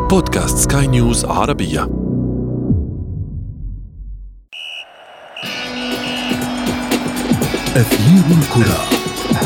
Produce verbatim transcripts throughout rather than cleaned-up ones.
بودكاست سكاي نيوز عربية. أثير الكرة.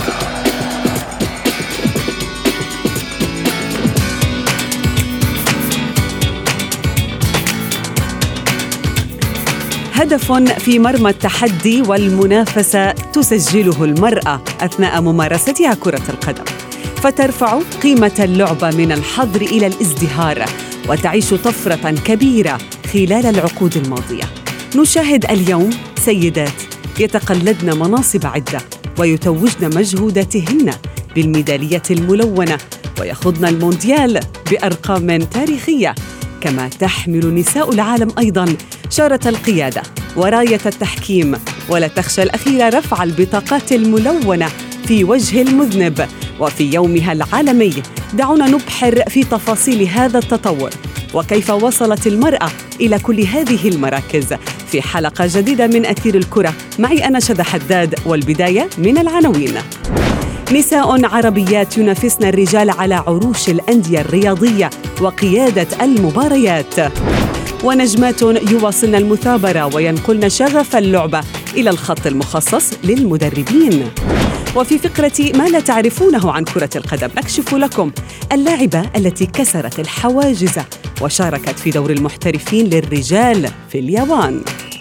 هدف في مرمى التحدي والمنافسة تسجله المرأة أثناء ممارستها كرة القدم، فترفع قيمة اللعبة من الحظر إلى الازدهار وتعيش طفرة كبيرة خلال العقود الماضية. نشاهد اليوم سيدات يتقلدن مناصب عدة ويتوجن مجهوداتهن بالميدالية الملونة ويخوضن المونديال بأرقام تاريخية، كما تحمل نساء العالم أيضاً شارة القيادة وراية التحكيم، ولا تخشى الأخيرة رفع البطاقات الملونة في وجه المذنب. وفي يومها العالمي دعونا نبحر في تفاصيل هذا التطور وكيف وصلت المرأة إلى كل هذه المراكز في حلقة جديدة من أثير الكرة. معي أنا شذى حداد، والبداية من العناوين. نساء عربيات ينافسن الرجال على عروش الأندية الرياضية وقيادة المباريات، ونجمات يواصلن المثابرة وينقلن شغف اللعبة إلى الخط المخصص للمدربين. وفي فقرة ما لا تعرفونه عن كرة القدم نكشف لكم اللاعبة التي كسرت الحواجز وشاركت في دور المحترفين للرجال في اليابان.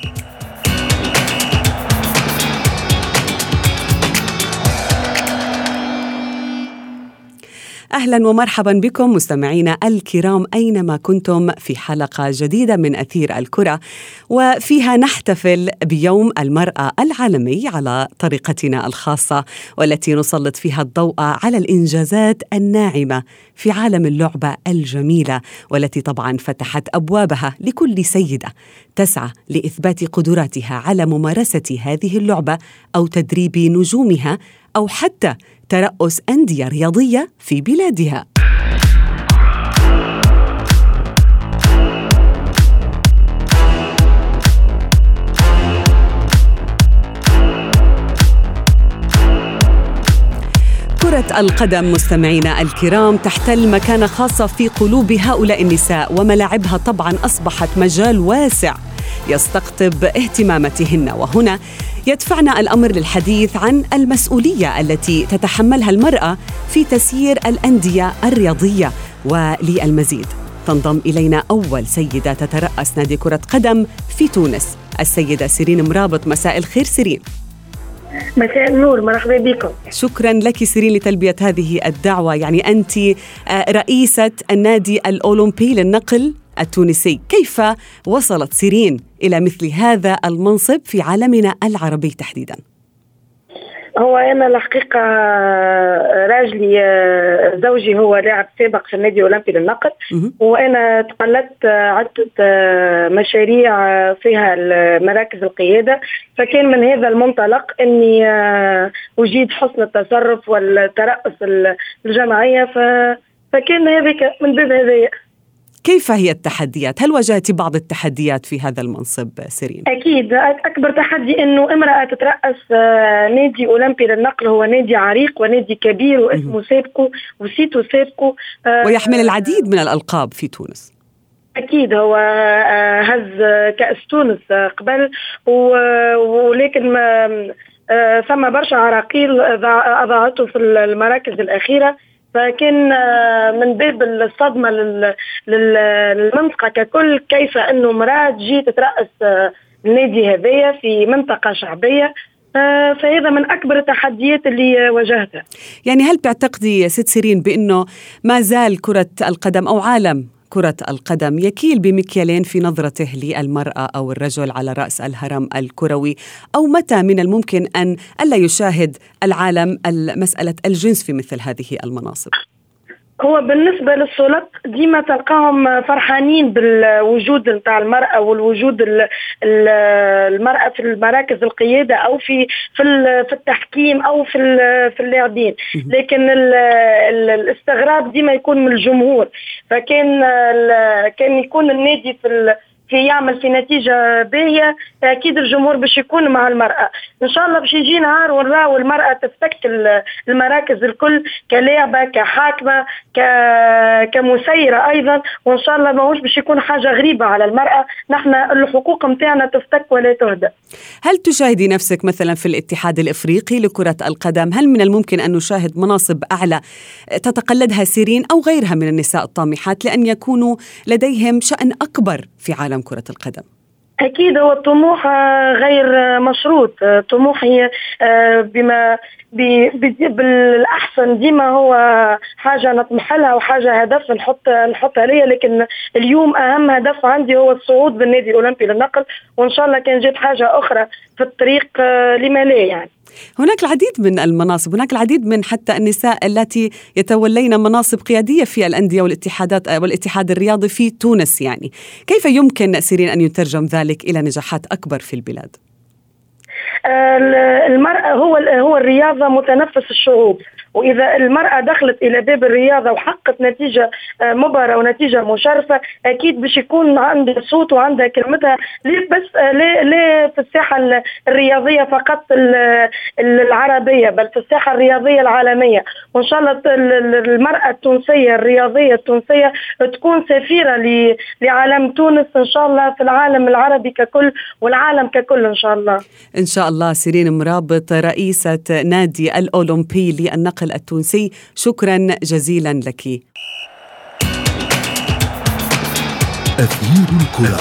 أهلاً ومرحباً بكم مستمعينا الكرام أينما كنتم في حلقة جديدة من أثير الكرة، وفيها نحتفل بيوم المرأة العالمي على طريقتنا الخاصة، والتي نسلط فيها الضوء على الإنجازات الناعمة في عالم اللعبة الجميلة، والتي طبعاً فتحت أبوابها لكل سيدة تسعى لإثبات قدراتها على ممارسة هذه اللعبة أو تدريب نجومها أو حتى ترأس أندية رياضية في بلادها. كرة القدم مستمعينا الكرام تحتل مكانة خاصة في قلوب هؤلاء النساء، وملاعبها طبعاً أصبحت مجال واسع يستقطب اهتماماتهن، وهنا يدفعنا الأمر للحديث عن المسؤولية التي تتحملها المرأة في تسيير الأندية الرياضية. وللمزيد تنضم إلينا أول سيدة تترأس نادي كرة قدم في تونس، السيدة سيرين مرابط. مساء الخير سيرين. مساء النور، مرحبا بكم. شكرا لك سيرين لتلبية هذه الدعوة. يعني أنت رئيسة النادي الأولمبي للنقل التونسي، كيف وصلت سيرين إلى مثل هذا المنصب في عالمنا العربي تحديدا؟ هو أنا الحقيقة راجلي زوجي هو لاعب سابق في النادي الأولمبي للنقل، وأنا تقلدت عدة مشاريع فيها المراكز القيادة، فكان من هذا المنطلق أني أجيد حسن التصرف والترأس الجماعية، فكان هذا من باب هذا. كيف هي التحديات؟ هل واجهت بعض التحديات في هذا المنصب سيرين؟ أكيد أكبر تحدي أنه امرأة تترأس نادي أولمبي للنقل، هو نادي عريق ونادي كبير واسمه سابقو وسيتو سابقو، ويحمل العديد من الألقاب في تونس. أكيد هو هز كأس تونس قبل، ولكن ثم برشا عراقيل أضاعته في المراكز الأخيرة، فكان من باب الصدمة للمنطقة ككل كيف أنه امرأة تجي تترأس النادي هذايا في منطقة شعبية، فهذا من أكبر التحديات اللي واجهتها. يعني هل تعتقدي ست سيرين بأنه ما زال كرة القدم أو عالم كرة القدم يكيل بمكيالين في نظرته للمرأة أو الرجل على رأس الهرم الكروي، أو متى من الممكن أن ألا يشاهد العالم مسألة الجنس في مثل هذه المناصب؟ هو بالنسبة للسلطة ديما تلقاهم فرحانين بالوجود نتاع المرأة والوجود المرأة في المراكز القيادة أو في في في التحكيم أو في في اللاعبين، لكن الاستغراب ديما يكون من الجمهور. فكان كان يكون النادي في في يعمل في نتيجة باهية، أكيد الجمهور باش يكون مع المرأة. إن شاء الله باش يجي نهار ونراو المرأة تستكل المراكز الكل كلاعبة كحاكمة كمسيرة أيضا، وإن شاء الله ماهوش باش يكون حاجة غريبة على المرأة. نحن الحقوق متاعنا تفتك ولا تهدى. هل تشاهدي نفسك مثلا في الاتحاد الإفريقي لكرة القدم؟ هل من الممكن أن نشاهد مناصب أعلى تتقلدها سيرين أو غيرها من النساء الطامحات لأن يكونوا لديهم شأن أكبر في عالم كرة القدم؟ أكيد هو الطموح غير مشروط. طموحي بما بالأحسن ديما هو حاجة نطمح لها وحاجة هدف نحط نحطها ليا، لكن اليوم أهم هدف عندي هو الصعود بالنادي الأولمبي للنقل، وإن شاء الله كان جت حاجة أخرى في الطريق لما لا. يعني هناك العديد من المناصب، هناك العديد من حتى النساء التي يتولين مناصب قيادية في الأندية والاتحادات والاتحاد الرياضي في تونس. يعني كيف يمكن سيرين أن يترجم ذلك إلى نجاحات أكبر في البلاد؟ المرأة هو هو الرياضة متنفس الشعوب، وإذا المرأة دخلت إلى باب الرياضة وحققت نتيجة مبهرة ونتيجة مشرفة، أكيد باش يكون عندها صوت وعندها كلمتها، ليه بس ليه ليه في الساحة الرياضية فقط العربية، بل في الساحة الرياضية العالمية. وإن شاء الله المرأة التونسية الرياضية التونسية تكون سفيرة لعالم تونس إن شاء الله في العالم العربي ككل والعالم ككل إن شاء الله. إن شاء الله. سيرين مرابط رئيسة نادي الأولمبي للنقل التونسي، شكرا جزيلا لك. أثير الكرة.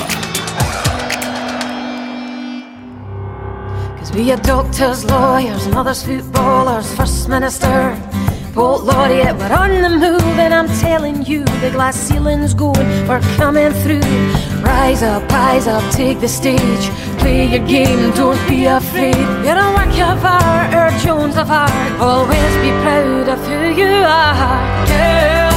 We are doctors, lawyers and others, footballers, first minister, poet laureate, we're on the move and I'm telling you the glass ceiling's going, we're coming through. Rise up, rise up, take the stage, play your game, don't be afraid. You're a work of art, or Jones of art, always be proud of who you are, girl.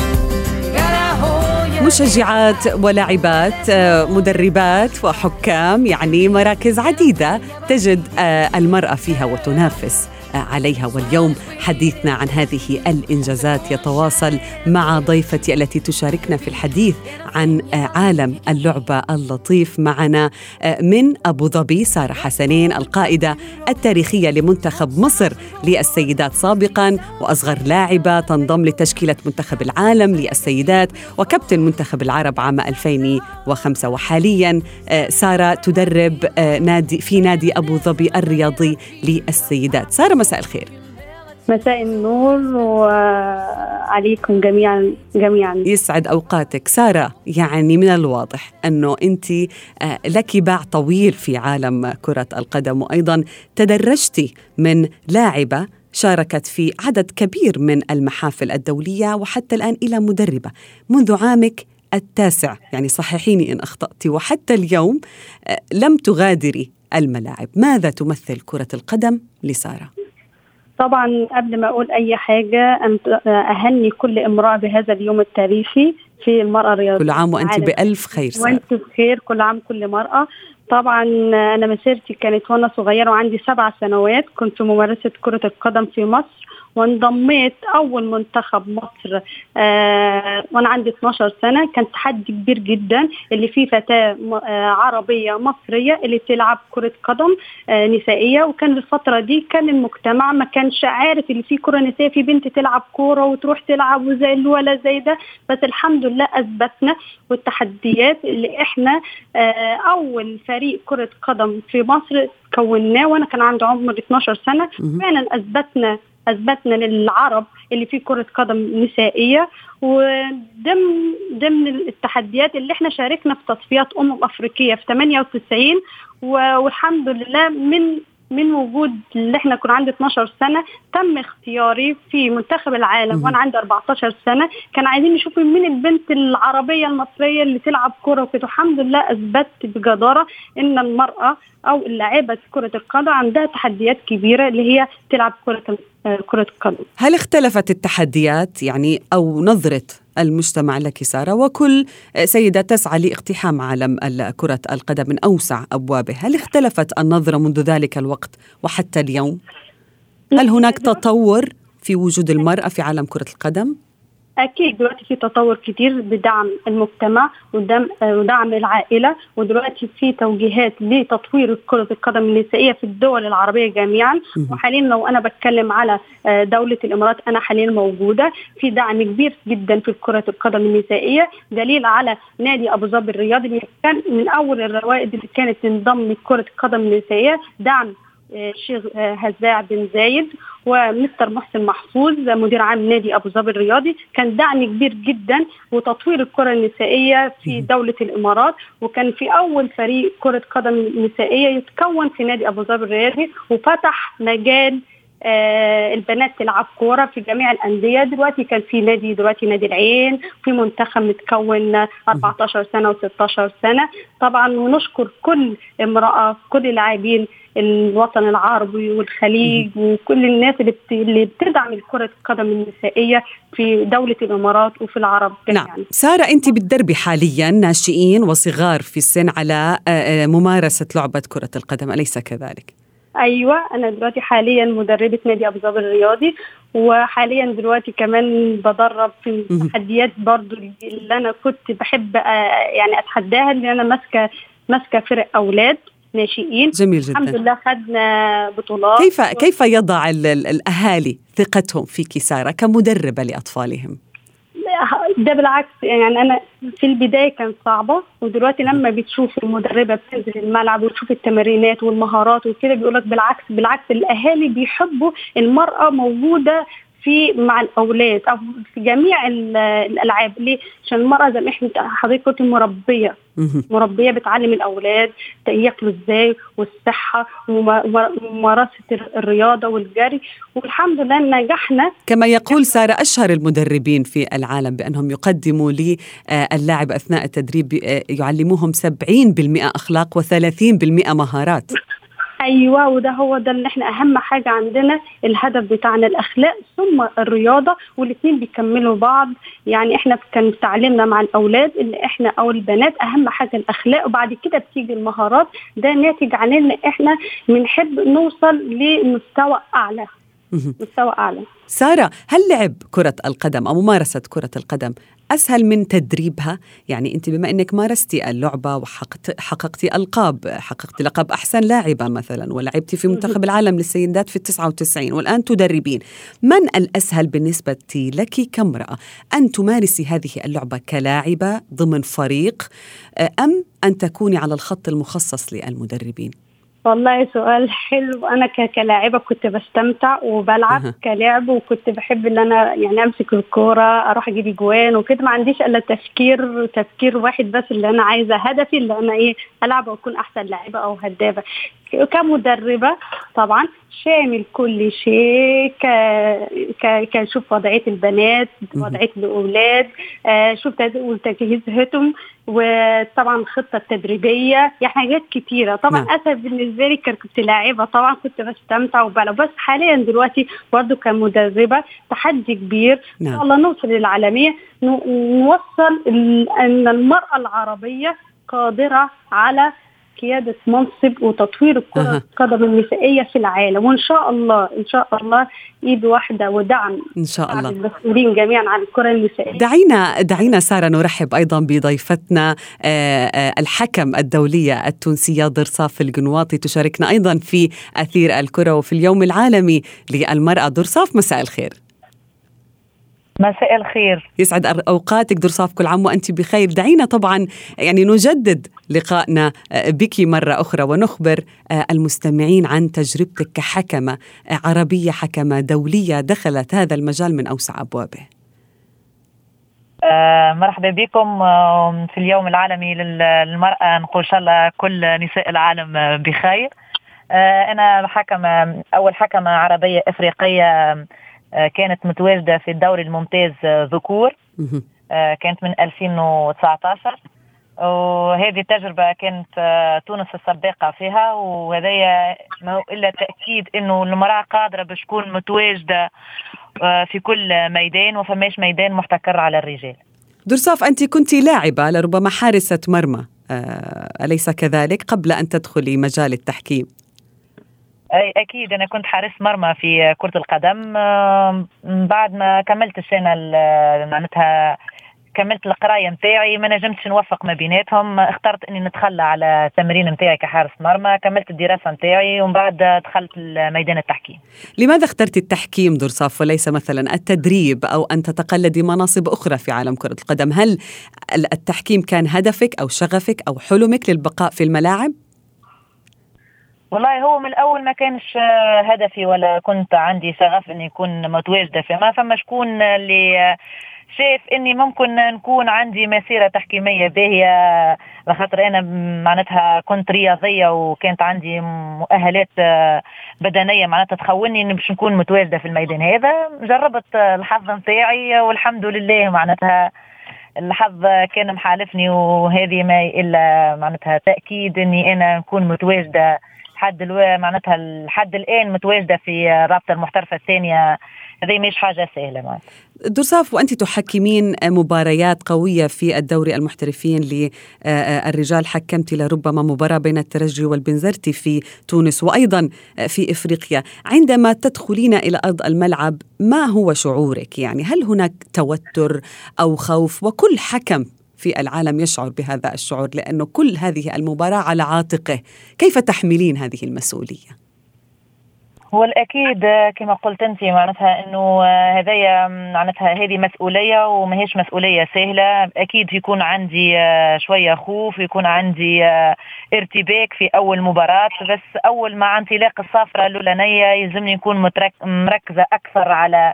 مشجعات ولاعبات، مدربات وحكام، يعني مراكز عديدة تجد المرأة فيها وتنافس عليها. واليوم حديثنا عن هذه الإنجازات يتواصل مع ضيفتي التي تشاركنا في الحديث عن عالم اللعبة اللطيف. معنا من أبو ظبي سارة حسنين، القائدة التاريخية لمنتخب مصر للسيدات سابقاً، وأصغر لاعبة تنضم لتشكيلة منتخب العالم للسيدات، وكابتن منتخب العرب عام ألفين وخمسة. وحالياً سارة تدرب نادي في نادي أبو ظبي الرياضي للسيدات. سارة مساء الخير. مساء النور وعليكم جميعا جميعا. يسعد أوقاتك سارة. يعني من الواضح أنه أنت لك باع طويل في عالم كرة القدم، وأيضا تدرجتي من لاعبة شاركت في عدد كبير من المحافل الدولية، وحتى الآن إلى مدربة منذ عامك التاسع، يعني صححيني إن أخطأت، وحتى اليوم لم تغادري الملاعب. ماذا تمثل كرة القدم لسارة؟ طبعا قبل ما أقول أي حاجة أهني كل امرأة بهذا اليوم التاريخي في المرأة الرياضية. كل عام وأنت بألف خير سارة. وأنت بخير، كل عام كل مرأة. طبعا أنا مسيرتي كانت وأنا صغيرة وعندي سبع سنوات كنت في ممارسة كرة القدم في مصر، وانضميت أول منتخب مصر آه وأنا عندي اثناشر سنة. كان تحدي كبير جدا اللي فيه فتاة آه عربية مصرية اللي بتلعب كرة قدم آه نسائية، وكان الفترة دي كان المجتمع ما كانش عارف اللي فيه كرة نسائية، في بنت تلعب كرة وتروح تلعب وزي ولا زي ده. بس الحمد لله أثبتنا، والتحديات اللي إحنا آه أول فريق كرة قدم في مصر كوناه وأنا كان عندي عمر اثناشر سنة، فعلا أثبتنا أثبتنا للعرب اللي فيه كرة قدم نسائية. وضمن ضمن التحديات اللي احنا شاركنا في تصفيات أمم أفريقية في ثمانية وتسعين، والحمد لله من من وجود اللي احنا كنا عندي اثناشر سنة تم اختياري في منتخب العالم وانا عندي أربعتاشر سنة. كان عايزين يشوفوا من البنت العربية المصرية اللي تلعب كرة وكده. الحمد لله اثبت بجدارة ان المرأة او اللاعبة كرة القدم عندها تحديات كبيرة اللي هي تلعب كرة كرة القدم. هل اختلفت التحديات يعني أو نظرة المجتمع لك سارة، وكل سيدة تسعى لاقتحام عالم كرة القدم من أوسع أبوابه، هل اختلفت النظرة منذ ذلك الوقت وحتى اليوم؟ هل هناك تطور في وجود المرأة في عالم كرة القدم؟ أكيد دلوقتي في تطور كتير بدعم المجتمع ودعم, ودعم العائلة، ودلوقتي في توجيهات لتطوير كرة القدم النسائية في الدول العربية جميعا. وحاليا لو أنا بتكلم على دولة الإمارات، أنا حاليا موجودة في دعم كبير جدا في كرة القدم النسائية، دليل على نادي أبو ظبي الرياضي اللي كان من أول الروائد اللي كانت تنضم لكرة القدم النسائية، دعم الشيخ هزاع بن زايد ومستر محسن محفوظ مدير عام نادي أبو ظبي الرياضي. كان دعم كبير جدا وتطوير الكرة النسائية في دولة الإمارات، وكان في أول فريق كرة قدم نسائية يتكون في نادي أبو ظبي الرياضي، وفتح مجال آه البنات تلعب كورة في جميع الأندية. دلوقتي كان في نادي دلوقتي نادي العين، في منتخب متكون أربعة عشر سنة وستة عشر سنة طبعا. ونشكر كل امرأة، كل اللاعبين الوطن العربي والخليج وكل الناس اللي اللي بتدعم الكرة القدم النسائية في دولة الإمارات وفي العرب. نعم يعني. سارة، أنت بتدربي حاليا ناشئين وصغار في السن على ممارسة لعبة كرة القدم، أليس كذلك؟ أيوة، أنا دلوقتي حاليا مدربة نادي أبو ظبي الرياضي، وحاليا دلوقتي كمان بدرب في التحديات برضو اللي أنا كنت بحب يعني أتحداها، اللي أنا ماسكة ماسكة فرق أولاد ناشئين. جميل جدا. الحمد لله خدنا بطولات. كيف كيف يضع الأهالي ثقتهم فيك سارة كمدربة لأطفالهم؟ ده بالعكس، يعني أنا في البداية كانت صعبة، ودلوقتي لما بتشوف المدربة بتنزل الملعب وتشوف التمرينات والمهارات وكده بيقولك بالعكس بالعكس الأهالي بيحبوا المرأة موجودة في مع الأولاد أو في جميع الألعاب. ليه؟ عشان المرأة زي ما إحنا حضرتك قلت مربية مربية بتعلم الأولاد ياكلوا إزاي والصحة وممارسة الرياضة والجري، والحمد لله نجحنا. كما يقول سارة أشهر المدربين في العالم بأنهم يقدموا للاعب أثناء التدريب يعلموهم سبعين بالمئة أخلاق وثلاثين بالمئة مهارات. أيوة، وده هو ده اللي احنا أهم حاجة عندنا، الهدف بتاعنا الأخلاق ثم الرياضة، والاثنين بيكملوا بعض. يعني احنا كان تعلمنا مع الأولاد اللي احنا أو البنات أهم حاجة الأخلاق، وبعد كده بتيجي المهارات. ده ناتج عن ان احنا بنحب نوصل لمستوى أعلى مستوى أعلى. سارة، هل لعب كرة القدم أو ممارسة كرة القدم أسهل من تدريبها؟ يعني أنت بما أنك مارستي اللعبة وحققتي ألقاب، حققتي لقب أحسن لاعبة مثلا، ولعبتي في منتخب العالم للسيدات في التسعة وتسعين، والآن تدربين. من الأسهل بالنسبة لك كامرأة أن تمارسي هذه اللعبة كلاعبة ضمن فريق، أم أن تكوني على الخط المخصص للمدربين؟ والله سؤال حلو. أنا كلاعبة كنت بستمتع وبلعب أه. كلاعب، وكنت بحب ان أنا يعني أمسك الكورة أروح أجيب اجوان وكده، ما عنديش إلا تفكير تفكير واحد بس، اللي أنا عايزة هدفي اللي أنا إيه ألعب وأكون أحسن لاعبة أو هدافة. كمدربة طبعا شامل كل شيء، ك... ك... كشوف وضعية البنات، وضعية الأولاد، آه شوف تجهيزهم، وطبعا خطة تدريبية، يعني حاجات كتيرة. طبعا نعم. أسف بالنسبة لي كنت لاعبة طبعا كنت بستمتع وبلعب، بس حاليا دلوقتي برضو كمدربة تحدي كبير. نعم. إن شاء الله نوصل للعالمية، نوصل أن المرأة العربية قادرة على قيادة منصب وتطوير الكرة القدم النسائية في العالم، وإن شاء الله إن شاء الله إيد واحدة ودعم إن شاء الله المسؤولين جميعا عن الكرة النسائية. دعينا دعينا سارة نرحب أيضا بضيفتنا الحكم الدولية التونسية ضرصاف القنواطي، تشاركنا أيضا في أثير الكرة وفي اليوم العالمي للمرأة. ضرصاف، مساء الخير. مساء الخير، يسعد أوقاتك ضرصاف، كل عام وأنت بخير. دعينا طبعا يعني نجدد لقائنا بك مرة أخرى ونخبر المستمعين عن تجربتك كحكمة عربية، حكمة دولية دخلت هذا المجال من أوسع أبوابه. آه مرحبا بكم في اليوم العالمي للمرأة. نقول إن شاء الله كل نساء العالم بخير. آه أنا حكمة أول حكمة عربية إفريقية كانت متواجدة في الدوري الممتاز ذكور، كانت من ألفين وتسعة عشر، وهذه التجربة كانت تونس السباقة فيها، وهذا ما هو إلا تأكيد إنه المرأة قادرة باش تكون متواجدة في كل ميدان، وفماش ميدان محتكر على الرجال. ضرصاف، أنت كنت لاعبة لربما حارسة مرمى، أليس كذلك قبل أن تدخلي مجال التحكيم؟ أي أكيد أنا كنت حارس مرمى في كرة القدم. بعد ما كملت السنة معناتها كملت القراية متاعي ما نجمتش نوفق ما بيناتهم، اخترت اني نتخلى على التمرين متاعي كحارس مرمى، كملت الدراسة متاعي ومن بعد دخلت ميدان التحكيم. لماذا اخترت التحكيم درصاف وليس مثلا التدريب أو أن تتقلدي مناصب أخرى في عالم كرة القدم؟ هل التحكيم كان هدفك أو شغفك أو حلمك للبقاء في الملاعب؟ والله هو من الأول ما كانش هدفي ولا كنت عندي شغف اني يكون متواجدة في ما فما شكون اللي شايف اني ممكن نكون عندي مسيرة تحكيمية باهية، لخاطر انا معناتها كنت رياضية وكانت عندي مؤهلات بدنية معناتها تخوني اني باش نكون متواجدة في الميدان هذا. جربت الحظ متاعي والحمد لله معناتها الحظ كان محالفني، وهذه ما إلا معناتها تأكيد اني انا نكون متواجدة حد الو... معناتها لحد الآن متواجدة في رابطة المحترفة الثانية. هذه مش حاجة سهلة معي. درصاف، وأنت تحكمين مباريات قوية في الدوري المحترفين للرجال، حكمت لربما مباراة بين الترجي والبنزرتي في تونس وأيضا في إفريقيا. عندما تدخلين إلى أرض الملعب ما هو شعورك؟ يعني هل هناك توتر أو خوف؟ وكل حكم في العالم يشعر بهذا الشعور لأنه كل هذه المباراة على عاتقه. كيف تحملين هذه المسؤولية؟ هو الأكيد كما قلت أنت معناتها أنه هذايا معناتها هذه مسؤولية وما هيش مسؤولية سهلة. أكيد يكون عندي شوية خوف، يكون عندي ارتباك في أول مباراة، بس أول مع انطلاق الصافرة الأولانية يلزمني يكون مركزة أكثر على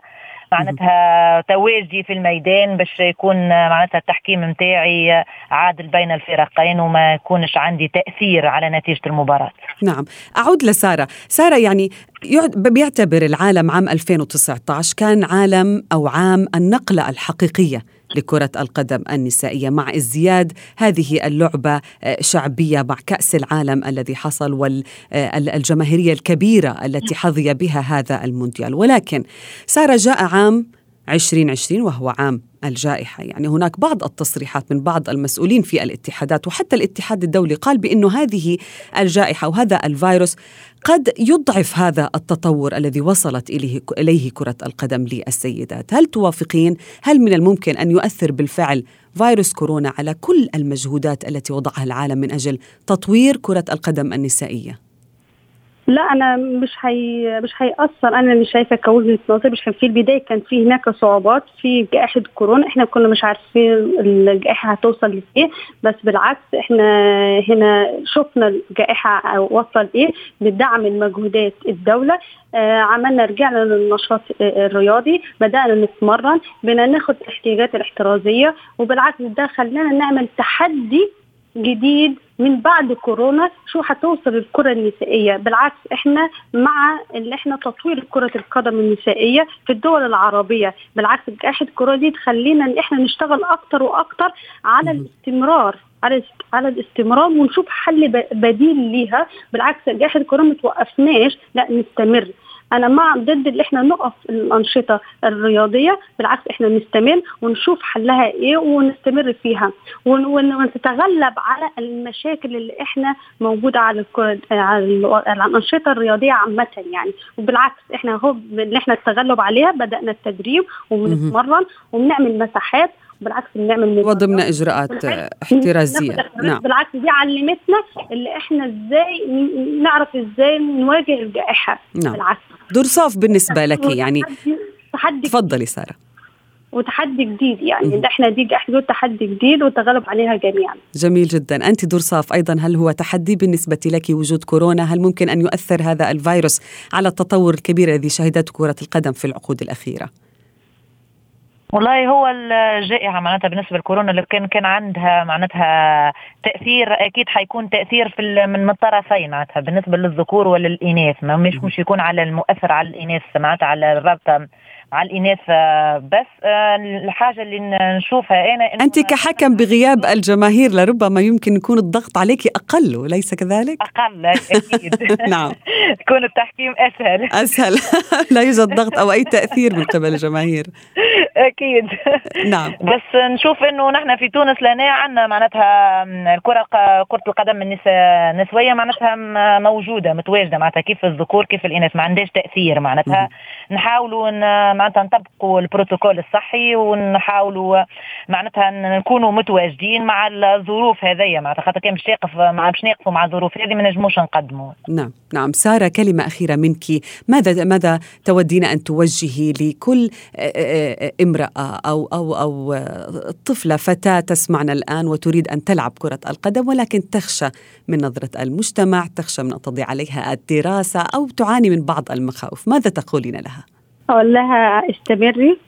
معناتها تواجدي في الميدان باش يكون معناتها التحكيم متاعي عادل بين الفريقين وما يكونش عندي تأثير على نتيجة المباراة. نعم، أعود لسارة. سارة، يعني بيعتبر العالم عام ألفين وتسعة عشر كان عالم أو عام النقلة الحقيقية لكرة القدم النسائية، مع ازدياد هذه اللعبة شعبية مع كأس العالم الذي حصل والجماهيرية الكبيرة التي حظي بها هذا المونديال. ولكن سارة، جاء عام عشرين عشرين وهو عام الجائحة. يعني هناك بعض التصريحات من بعض المسؤولين في الاتحادات وحتى الاتحاد الدولي قال بأنه هذه الجائحة وهذا الفيروس قد يضعف هذا التطور الذي وصلت إليه, إليه كرة القدم للسيدات. هل توافقين؟ هل من الممكن أن يؤثر بالفعل فيروس كورونا على كل المجهودات التي وضعها العالم من أجل تطوير كرة القدم النسائية؟ لا، انا مش هي مش هيأثر. انا مش شايفه كوجهة نظر. مش كان في البدايه كان في هناك صعوبات في جائحه كورونا، احنا كنا مش عارفين الجائحه هتوصل لايه، بس بالعكس احنا هنا شفنا الجائحه وصل ايه بدعم المجهودات الدوله. آه عملنا رجعنا للنشاط الرياضي، بدأنا نتمرن، بدنا ناخد الاحتياجات الاحترازيه، وبالعكس ده خلانا نعمل تحدي جديد من بعد كورونا. شو هتوصل الكرة النسائية؟ بالعكس احنا مع اللي احنا تطوير كرة القدم النسائية في الدول العربية. بالعكس جائحة كورونا دي تخلينا ان احنا نشتغل اكتر واكتر على الاستمرار على على الاستمرار ونشوف حل بديل ليها. بالعكس جائحة كورونا ما توقفناش، لا نستمر. أنا مع ضد اللي إحنا نقف الأنشطة الرياضية، بالعكس إحنا نستمر ونشوف حلها إيه ونستمر فيها ونتغلب على المشاكل اللي إحنا موجودة على على الأنشطة الرياضية عامة يعني. وبالعكس إحنا هو اللي إحنا التغلب عليها بدأنا التدريب وبنتمرن وبنعمل مساحات، بالعكس بنعمل وضمن إجراءات احترازية. نعم. بالعكس دي علمتنا اللي إحنا إزاي نعرف إزاي نواجه الجائحة. نعم. بالعكس درصاف، بالنسبة لك يعني تفضلي سارة. وتحدي جديد يعني ده احنا دي جائحة تحدي جديد وتغلب عليها جميعا. جميل جدا. أنت درصاف أيضا، هل هو تحدي بالنسبة لك وجود كورونا؟ هل ممكن أن يؤثر هذا الفيروس على التطور الكبير الذي شهدته كرة القدم في العقود الأخيرة؟ والله هو الجائحة معناتها بالنسبة لكورونا اللي كان كان عندها معناتها تأثير، أكيد حيكون تأثير في من الطرفين معناتها بالنسبة للذكور وللإناث، ما مش مش يكون على المؤثر على الإناث معناتها على الرابطة على الإناث بس. الحاجة اللي نشوفها أنا أنت كحكم بغياب الجماهير لربما يمكن يكون الضغط عليك أقل، وليس كذلك؟ أقل أكيد. نعم، يكون التحكيم أسهل أسهل. لا يوجد ضغط أو أي تأثير من قبل الجماهير. أكيد. نعم. بس نشوف إنه نحن في تونس لنا عنا معناتها الكرة كرة القدم النساء نسوية معناتها موجودة متواجدة، معناتها كيف الذكور كيف الإناث، ما عندهاش تأثير. معناتها نحاولوا معناتها نطبقوا البروتوكول الصحي ونحاولوا معناتها نكونوا متواجدين مع الظروف هذية، معناتها خاطر كان باش نقف مع باش نقفوا مع الظروف هذه ما نجموش نقدموا. نعم نعم. سارة، كلمة أخيرة منك، ماذا ماذا تودين أن توجهي لكل امرأة أو أو أو طفلة فتاة تسمعنا الآن وتريد أن تلعب كرة القدم ولكن تخشى من نظرة المجتمع، تخشى من أن تضيع عليها الدراسة أو تعاني من بعض المخاوف، ماذا تقولين لها؟ أقول لها استمري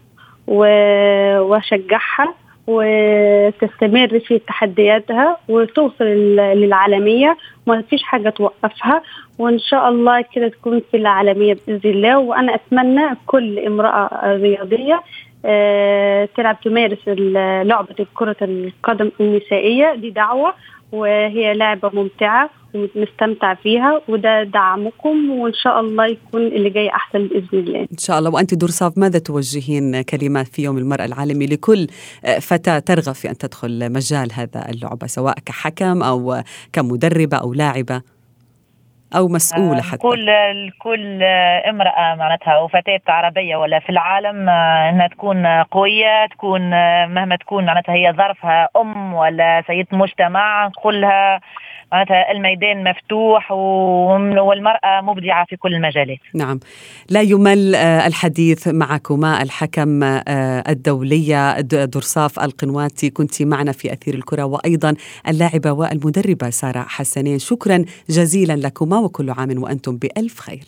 وشجعها وتستمر في تحدياتها وتوصل للعالمية، ما فيش حاجة توقفها، وإن شاء الله كده تكون في العالمية بإذن الله. وأنا أتمنى كل امرأة رياضية تلعب تمارس لعبة كرة القدم النسائية، دي دعوة وهي لعبة ممتعة ونستمتع فيها، وده دعمكم، وإن شاء الله يكون اللي جاي أحسن بإذن الله إن شاء الله. وأنت درصاف، ماذا توجهين كلمات في يوم المرأة العالمي لكل فتاة ترغب في أن تدخل مجال هذا اللعبة، سواء كحكم أو كمدربة أو لاعبة أو مسؤولة حتى؟ كل كل امرأة معناتها وفتاة عربية ولا في العالم أنها تكون قوية، تكون مهما تكون معناتها هي ظرفها أم ولا سيدة مجتمع، كلها معناتها الميدان مفتوح والمرأة مبدعة في كل المجالات. نعم، لا يمل الحديث معكما الحكم الدولية درصاف القنواتي، كنت معنا في أثير الكرة، وأيضا اللاعبة والمدربة سارة حسنين. شكرا جزيلا لكما وكل عام وأنتم بألف خير.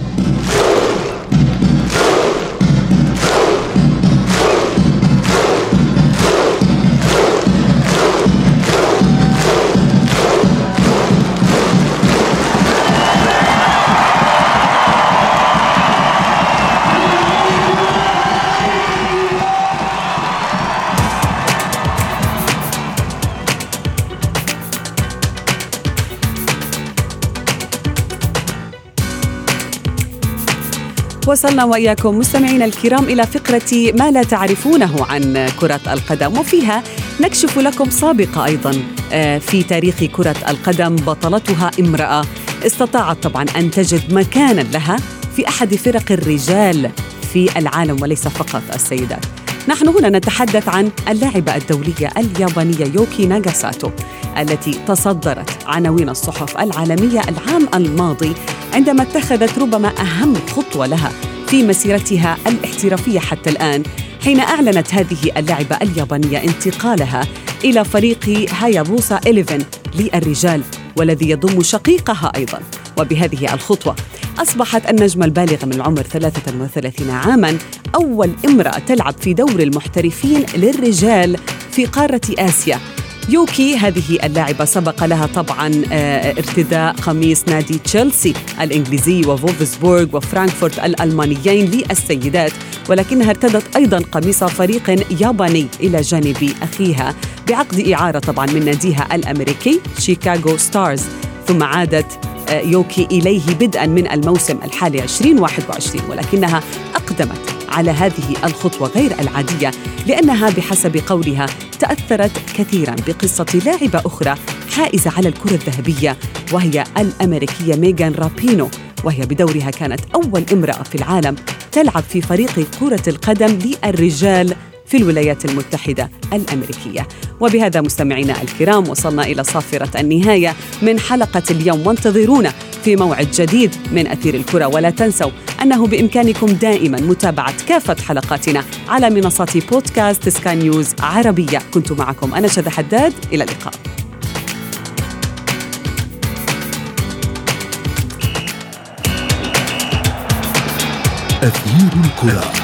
وصلنا وإياكم مستمعينا الكرام إلى فقرة ما لا تعرفونه عن كرة القدم، وفيها نكشف لكم سابقة أيضا في تاريخ كرة القدم بطلتها امرأة استطاعت طبعا أن تجد مكانا لها في أحد فرق الرجال في العالم وليس فقط السيدات. نحن هنا نتحدث عن اللاعبة الدولية اليابانية يوكي ناغاساتو التي تصدرت عناوين الصحف العالمية العام الماضي عندما اتخذت ربما أهم خطوة لها في مسيرتها الاحترافية حتى الآن، حين أعلنت هذه اللاعبة اليابانية انتقالها إلى فريق هايابوسا إحدى عشر للرجال والذي يضم شقيقها أيضاً. وبهذه الخطوة أصبحت النجمة البالغة من العمر ثلاثة وثلاثين عاماً أول امرأة تلعب في دور المحترفين للرجال في قارة آسيا. يوكي هذه اللاعبة سبق لها طبعاً ارتداء قميص نادي تشيلسي الإنجليزي وفولفسبورغ وفرانكفورت الألمانيين للسيدات، ولكنها ارتدت أيضاً قميص فريق ياباني إلى جانب أخيها بعقد إعارة طبعاً من ناديها الأمريكي شيكاغو ستارز، ثم عادت يوكي إليه بدءاً من الموسم الحالي عشرين واحد وعشرين، ولكنها أقدمت على هذه الخطوة غير العادية لأنها بحسب قولها تأثرت كثيراً بقصة لاعبة أخرى حائزة على الكرة الذهبية وهي الأمريكية ميغان رابينو، وهي بدورها كانت أول امرأة في العالم تلعب في فريق كرة القدم للرجال في الولايات المتحدة الأمريكية. وبهذا مستمعينا الكرام وصلنا إلى صافرة النهاية من حلقة اليوم، وانتظرونا في موعد جديد من أثير الكرة، ولا تنسوا أنه بإمكانكم دائما متابعة كافة حلقاتنا على منصات بودكاست سكاي نيوز عربية. كنت معكم أنا شذى حداد، إلى اللقاء. أثير الكرة.